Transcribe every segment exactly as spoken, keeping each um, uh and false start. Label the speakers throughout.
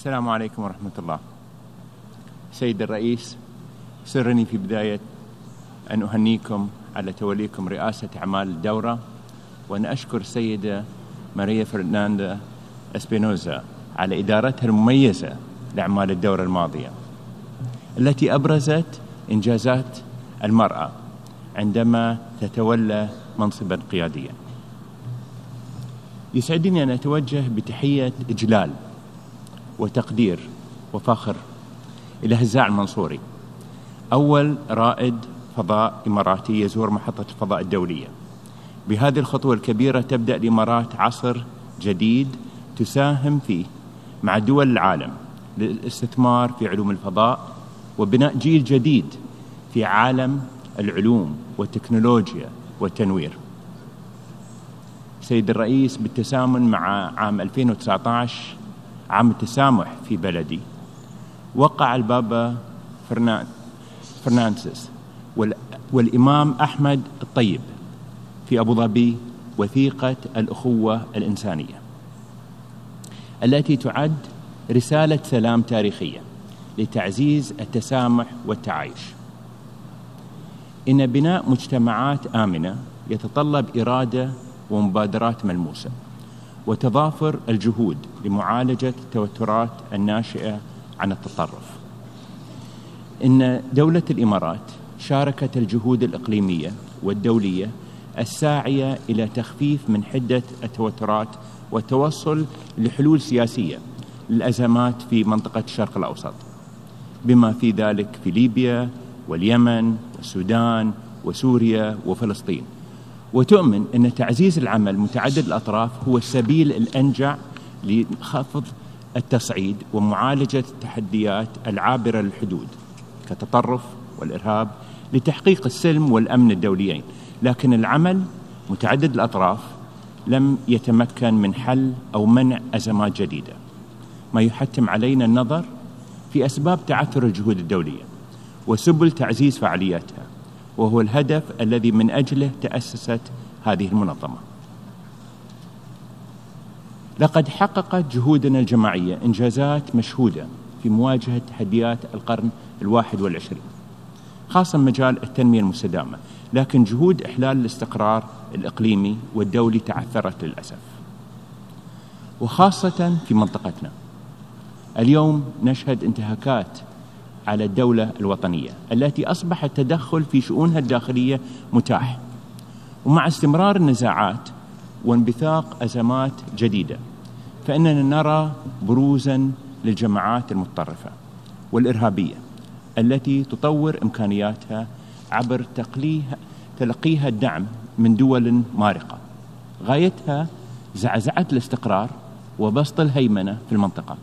Speaker 1: السلام عليكم ورحمة الله. سيد الرئيس، سرني في بداية أن أهنيكم على توليكم رئاسة أعمال الدورة، وأن أشكر السيدة ماريا فرناندا اسبينوزا على إدارتها المميزة لأعمال الدورة الماضية التي أبرزت إنجازات المرأة عندما تتولى منصبا قياديا. يسعدني أن أتوجه بتحية إجلال وتقدير وفخر إلى هزاع المنصوري، أول رائد فضاء إماراتي يزور محطة الفضاء الدولية. بهذه الخطوة الكبيرة تبدأ الإمارات عصر جديد تساهم فيه مع دول العالم للاستثمار في علوم الفضاء وبناء جيل جديد في عالم العلوم والتكنولوجيا والتنوير. سيد الرئيس، بالتسامن مع عام ألفين وتسعة عشر عام التسامح في بلدي، وقع البابا فرنانسيس والإمام أحمد الطيب في أبو ظبي وثيقة الأخوة الإنسانية التي تعد رسالة سلام تاريخية لتعزيز التسامح والتعايش. إن بناء مجتمعات آمنة يتطلب إرادة ومبادرات ملموسة وتضافر الجهود لمعالجة التوترات الناشئة عن التطرف. إن دولة الإمارات شاركت الجهود الإقليمية والدولية الساعية إلى تخفيف من حدة التوترات والتوصل لحلول سياسية للأزمات في منطقة الشرق الأوسط، بما في ذلك في ليبيا واليمن والسودان وسوريا وفلسطين، وتؤمن أن تعزيز العمل متعدد الأطراف هو السبيل الأنجع لخفض التصعيد ومعالجة التحديات العابرة للحدود كالتطرف والإرهاب لتحقيق السلم والأمن الدوليين. لكن العمل متعدد الأطراف لم يتمكن من حل أو منع أزمات جديدة، ما يحتم علينا النظر في أسباب تعثر الجهود الدولية وسبل تعزيز فعالياتها، وهو الهدف الذي من أجله تأسست هذه المنظمة. لقد حققت جهودنا الجماعية إنجازات مشهودة في مواجهة تحديات القرن الواحد والعشرين، خاصة مجال التنمية المستدامة، لكن جهود إحلال الاستقرار الإقليمي والدولي تعثرت للأسف، وخاصة في منطقتنا. اليوم نشهد انتهاكات على الدولة الوطنية التي أصبح التدخل في شؤونها الداخلية متاح، ومع استمرار النزاعات وانبثاق أزمات جديدة فإننا نرى بروزا للجماعات المتطرفة والإرهابية التي تطور إمكانياتها عبر تقليها تلقيها الدعم من دول مارقة غايتها زعزعة الاستقرار وبسط الهيمنة في المنطقة.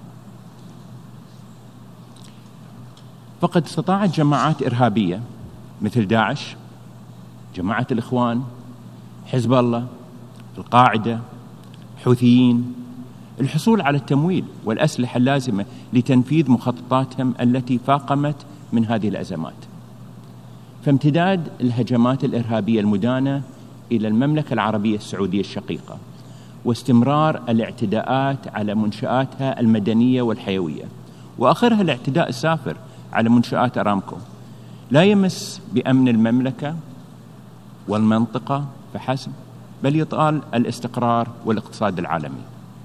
Speaker 1: فقد استطاعت جماعات إرهابية مثل داعش، جماعة الإخوان، حزب الله، القاعدة، حوثيين الحصول على التمويل والأسلحة اللازمة لتنفيذ مخططاتهم التي فاقمت من هذه الأزمات. فامتداد الهجمات الإرهابية المدانة إلى المملكة العربية السعودية الشقيقة واستمرار الاعتداءات على منشآتها المدنية والحيوية، وآخرها الاعتداء السافر على منشآت أرامكو، لا يمس بأمن المملكة والمنطقة فحسب، بل يطال الاستقرار والاقتصاد العالمي.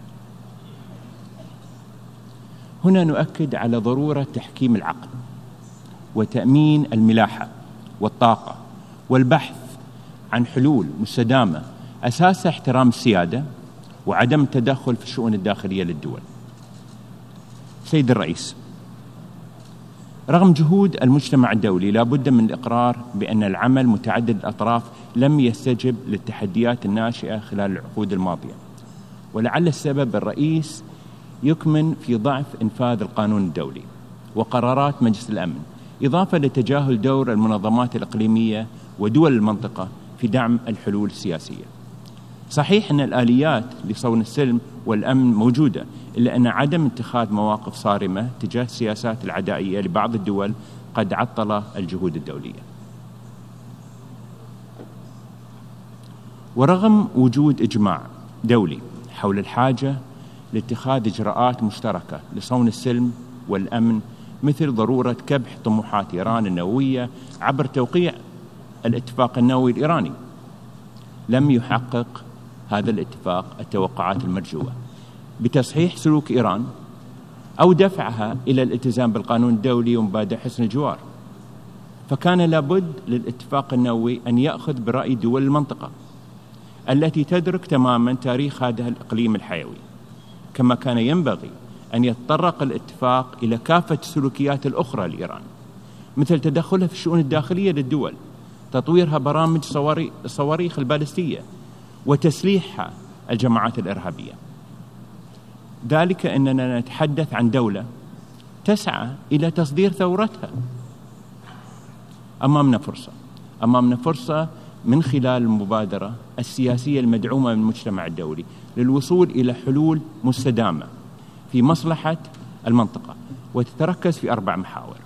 Speaker 1: هنا نؤكد على ضرورة تحكيم العقل وتأمين الملاحة والطاقة والبحث عن حلول مستدامة أساسها احترام السيادة وعدم التدخل في الشؤون الداخلية للدول. سيد الرئيس، رغم جهود المجتمع الدولي لا بد من الإقرار بأن العمل متعدد الأطراف لم يستجب للتحديات الناشئة خلال العقود الماضية، ولعل السبب الرئيس يكمن في ضعف إنفاذ القانون الدولي وقرارات مجلس الأمن، إضافة لتجاهل دور المنظمات الإقليمية ودول المنطقة في دعم الحلول السياسية. صحيح أن الآليات لصون السلم والأمن موجودة، إلا أن عدم اتخاذ مواقف صارمة تجاه السياسات العدائية لبعض الدول قد عطل الجهود الدولية. ورغم وجود إجماع دولي حول الحاجة لاتخاذ إجراءات مشتركة لصون السلم والأمن، مثل ضرورة كبح طموحات إيران النووية عبر توقيع الاتفاق النووي الإيراني. لم يحقق هذا الاتفاق التوقعات المرجوة بتصحيح سلوك إيران أو دفعها إلى الالتزام بالقانون الدولي ومبادئ حسن الجوار، فكان لابد للاتفاق النووي أن يأخذ برأي دول المنطقة التي تدرك تماما تاريخ هذا الإقليم الحيوي، كما كان ينبغي أن يتطرق الاتفاق إلى كافة السلوكيات الأخرى لإيران، مثل تدخلها في الشؤون الداخلية للدول، تطويرها برامج الصواريخ البالستية، وتسليحها الجماعات الإرهابية. ذلك أننا نتحدث عن دولة تسعى إلى تصدير ثورتها. أمامنا فرصة أمامنا فرصة من خلال المبادرة السياسية المدعومة من المجتمع الدولي للوصول إلى حلول مستدامة في مصلحة المنطقة، وتتركز في أربع محاور.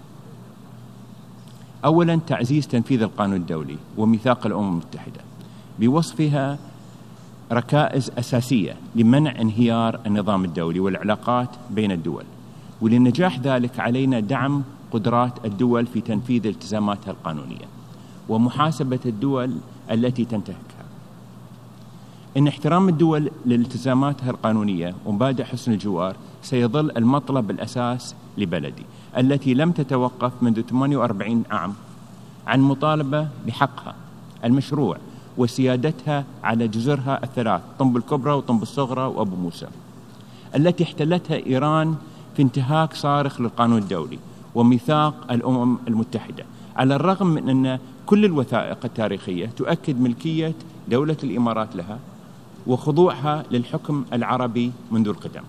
Speaker 1: أولا، تعزيز تنفيذ القانون الدولي وميثاق الأمم المتحدة بوصفها ركائز أساسية لمنع انهيار النظام الدولي والعلاقات بين الدول، ولنجاح ذلك علينا دعم قدرات الدول في تنفيذ التزاماتها القانونية ومحاسبة الدول التي تنتهكها. إن احترام الدول لالتزاماتها القانونية ومبادئ حسن الجوار سيظل المطلب الأساس لبلدي التي لم تتوقف منذ ثمانية وأربعين عام عن مطالبة بحقها المشروع وسيادتها على جزرها الثلاث، طنب الكبرى وطنب الصغرى وأبو موسى، التي احتلتها إيران في انتهاك صارخ للقانون الدولي وميثاق الأمم المتحدة، على الرغم من أن كل الوثائق التاريخية تؤكد ملكية دولة الإمارات لها وخضوعها للحكم العربي منذ القدم.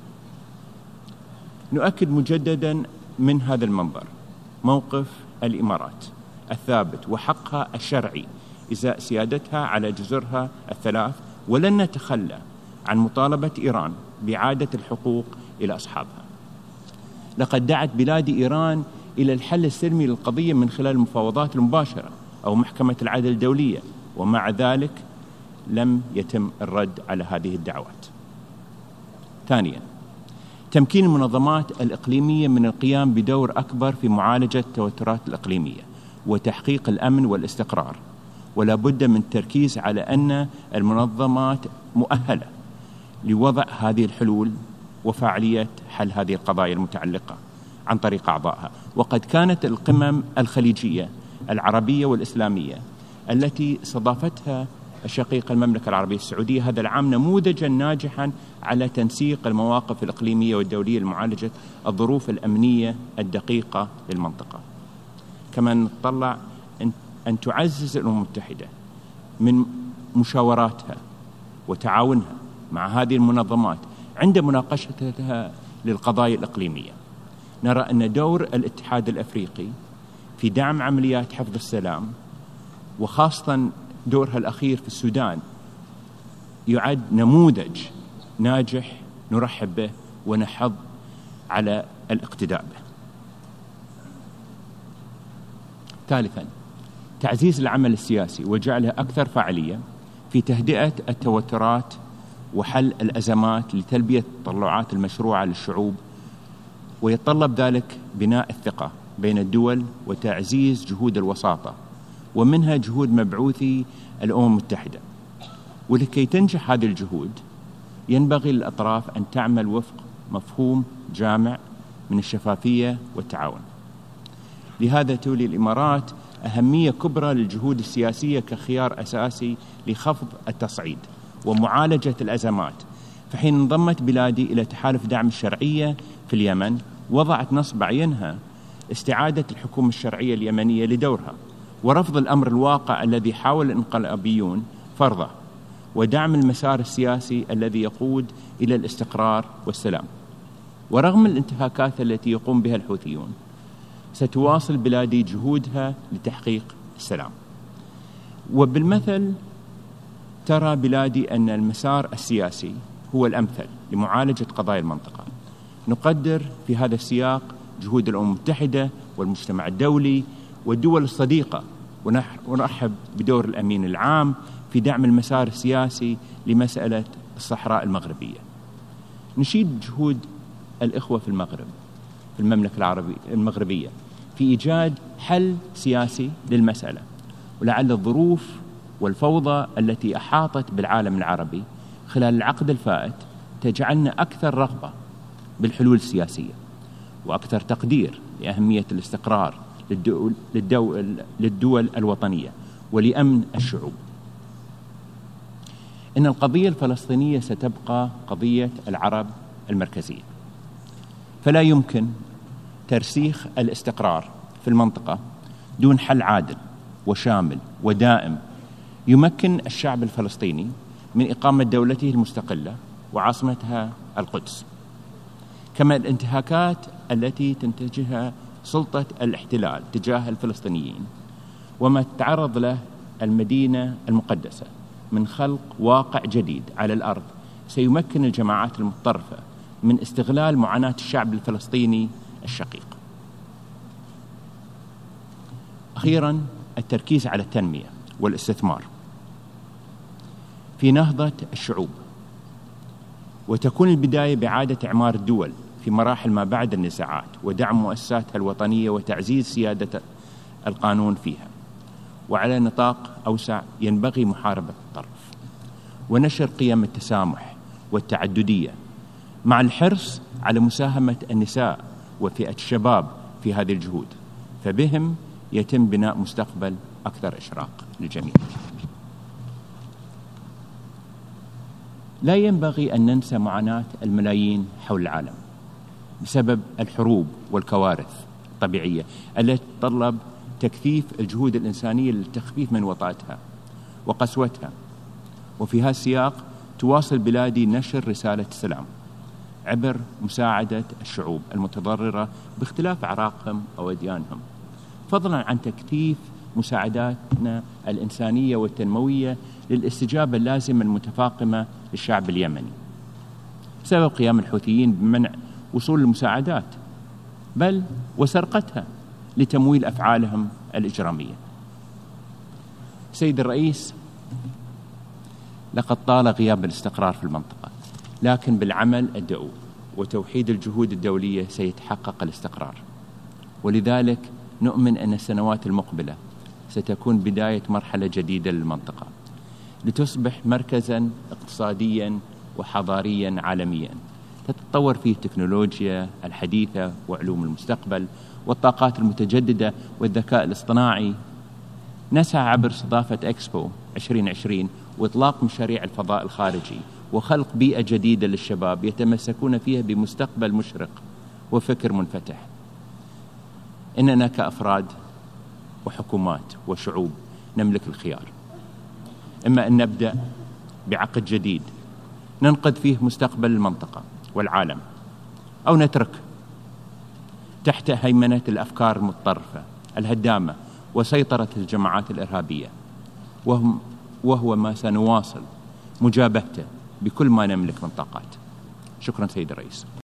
Speaker 1: نؤكد مجددا من هذا المنبر موقف الإمارات الثابت وحقها الشرعي إزاء سيادتها على جزرها الثلاث، ولن نتخلى عن مطالبة إيران بإعادة الحقوق إلى أصحابها. لقد دعت بلاد إيران إلى الحل السلمي للقضية من خلال المفاوضات المباشرة أو محكمة العدل الدولية، ومع ذلك لم يتم الرد على هذه الدعوات. ثانيا، تمكين المنظمات الإقليمية من القيام بدور أكبر في معالجة التوترات الإقليمية وتحقيق الأمن والاستقرار، ولا بد من التركيز على أن المنظمات مؤهلة لوضع هذه الحلول وفاعلية حل هذه القضايا المتعلقة عن طريق أعضائها. وقد كانت القمم الخليجية العربية والإسلامية التي استضافتها الشقيقة المملكة العربية السعودية هذا العام نموذجا ناجحا على تنسيق المواقف الإقليمية والدولية لمعالجة الظروف الأمنية الدقيقة للمنطقة. كما نتطلع أن تعزز الأمم المتحدة من مشاوراتها وتعاونها مع هذه المنظمات عند مناقشتها للقضايا الإقليمية. نرى أن دور الاتحاد الأفريقي في دعم عمليات حفظ السلام وخاصة دورها الأخير في السودان يعد نموذج ناجح نرحب به ونحض على الاقتداء به. ثالثا، تعزيز العمل السياسي وجعله أكثر فعالية في تهدئة التوترات وحل الأزمات لتلبية التطلعات المشروعة للشعوب، ويتطلب ذلك بناء الثقة بين الدول وتعزيز جهود الوساطة ومنها جهود مبعوثي الأمم المتحدة. ولكي تنجح هذه الجهود ينبغي للأطراف أن تعمل وفق مفهوم جامع من الشفافية والتعاون. لهذا تولي الإمارات أهمية كبرى للجهود السياسية كخيار أساسي لخفض التصعيد ومعالجة الأزمات. فحين انضمت بلادي إلى تحالف دعم الشرعية في اليمن وضعت نصب عينها استعادة الحكومة الشرعية اليمنية لدورها ورفض الأمر الواقع الذي حاول الانقلابيون فرضه، ودعم المسار السياسي الذي يقود إلى الاستقرار والسلام. ورغم الانتهاكات التي يقوم بها الحوثيون ستواصل بلادي جهودها لتحقيق السلام. وبالمثل ترى بلادي أن المسار السياسي هو الأمثل لمعالجة قضايا المنطقة. نقدر في هذا السياق جهود الأمم المتحدة والمجتمع الدولي والدول الصديقة، ونرحب بدور الأمين العام في دعم المسار السياسي لمسألة الصحراء المغربية. نشيد جهود الإخوة في المغرب، في المملكة العربية المغربية، في إيجاد حل سياسي للمسألة، ولعل الظروف والفوضى التي أحاطت بالعالم العربي خلال العقد الفائت تجعلنا أكثر رغبة بالحلول السياسية، وأكثر تقدير لأهمية الاستقرار للدول, للدول, للدول الوطنية ولأمن الشعوب. إن القضية الفلسطينية ستبقى قضية العرب المركزية، فلا يمكن ترسيخ الاستقرار في المنطقة دون حل عادل وشامل ودائم يمكن الشعب الفلسطيني من إقامة دولته المستقلة وعاصمتها القدس، كما الانتهاكات التي تنتجها سلطة الاحتلال تجاه الفلسطينيين وما تتعرض له المدينة المقدسة من خلق واقع جديد على الأرض سيمكن الجماعات المتطرفة من استغلال معاناة الشعب الفلسطيني الشقيق. أخيراً، التركيز على التنمية والاستثمار في نهضة الشعوب، وتكون البداية بإعادة إعمار الدول في مراحل ما بعد النزاعات ودعم مؤسساتها الوطنية وتعزيز سيادة القانون فيها، وعلى نطاق أوسع ينبغي محاربة التطرف ونشر قيم التسامح والتعددية مع الحرص على مساهمة النساء وفئة الشباب في هذه الجهود، فبهم يتم بناء مستقبل أكثر إشراق للجميع. لا ينبغي أن ننسى معاناة الملايين حول العالم بسبب الحروب والكوارث الطبيعية التي تتطلب تكثيف الجهود الإنسانية للتخفيف من وطأتها وقسوتها. وفي هذا السياق تواصل بلادي نشر رسالة السلام عبر مساعدة الشعوب المتضررة باختلاف أعراقهم أو أديانهم، فضلا عن تكثيف مساعداتنا الإنسانية والتنموية للاستجابة اللازمة المتفاقمة للشعب اليمني بسبب قيام الحوثيين بمنع وصول المساعدات بل وسرقتها لتمويل أفعالهم الإجرامية. سيد الرئيس، لقد طال غياب الاستقرار في المنطقة، لكن بالعمل الدؤوب وتوحيد الجهود الدولية سيتحقق الاستقرار، ولذلك نؤمن أن السنوات المقبلة ستكون بداية مرحلة جديدة للمنطقة لتصبح مركزاً اقتصادياً وحضارياً عالمياً تتطور فيه التكنولوجيا الحديثة وعلوم المستقبل والطاقات المتجددة والذكاء الاصطناعي. نسعى عبر استضافة إكسبو عشرين عشرين وإطلاق مشاريع الفضاء الخارجي وخلق بيئة جديدة للشباب يتمسكون فيها بمستقبل مشرق وفكر منفتح. إننا كأفراد وحكومات وشعوب نملك الخيار، إما أن نبدأ بعقد جديد ننقذ فيه مستقبل المنطقة والعالم، أو نترك تحت هيمنة الأفكار المتطرفة الهدامة وسيطرة الجماعات الإرهابية، وهم وهو ما سنواصل مجابهته بكل ما نملك من طاقات. شكرا سيد الرئيس.